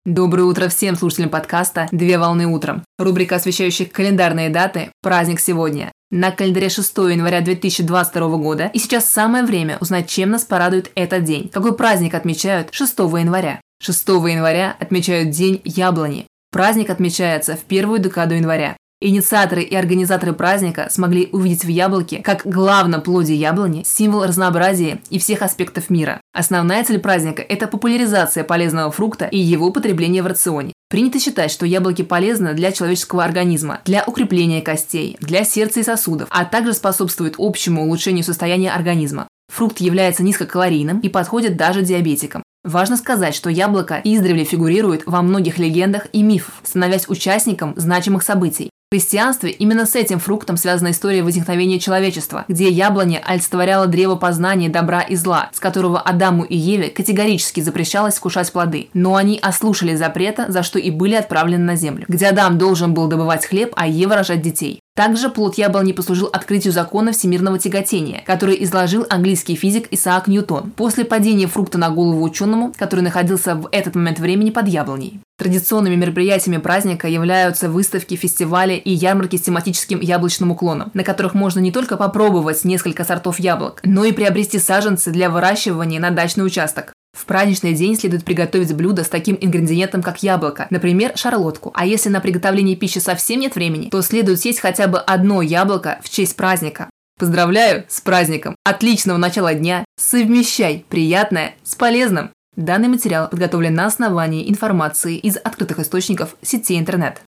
Доброе утро всем слушателям подкаста «Две волны утром». Рубрика, освещающая календарные даты «Праздник сегодня». На календаре 6 января 2022 года, и сейчас самое время узнать, чем нас порадует этот день. Какой праздник отмечают 6 января? 6 января отмечают День яблони. Праздник отмечается в первую декаду января. Инициаторы и организаторы праздника смогли увидеть в яблоке, как главном плоде яблони, символ разнообразия и всех аспектов мира. Основная цель праздника – это популяризация полезного фрукта и его употребление в рационе. Принято считать, что яблоки полезны для человеческого организма, для укрепления костей, для сердца и сосудов, а также способствуют общему улучшению состояния организма. Фрукт является низкокалорийным и подходит даже диабетикам. Важно сказать, что яблоко издревле фигурирует во многих легендах и мифах, становясь участником значимых событий. В христианстве именно с этим фруктом связана история возникновения человечества, где яблоня олицетворяла древо познания добра и зла, с которого Адаму и Еве категорически запрещалось вкушать плоды. Но они ослушались запрета, за что и были отправлены на землю, где Адам должен был добывать хлеб, а Ева рожать детей. Также плод яблони послужил открытию закона всемирного тяготения, который изложил английский физик Исаак Ньютон после падения фрукта на голову ученому, который находился в этот момент времени под яблоней. Традиционными мероприятиями праздника являются выставки, фестивали и ярмарки с тематическим яблочным уклоном, на которых можно не только попробовать несколько сортов яблок, но и приобрести саженцы для выращивания на дачный участок. В праздничный день следует приготовить блюдо с таким ингредиентом, как яблоко, например, шарлотку. А если на приготовление пищи совсем нет времени, то следует съесть хотя бы одно яблоко в честь праздника. Поздравляю с праздником! Отличного начала дня! Совмещай приятное с полезным! Данный материал подготовлен на основании информации из открытых источников сети интернет.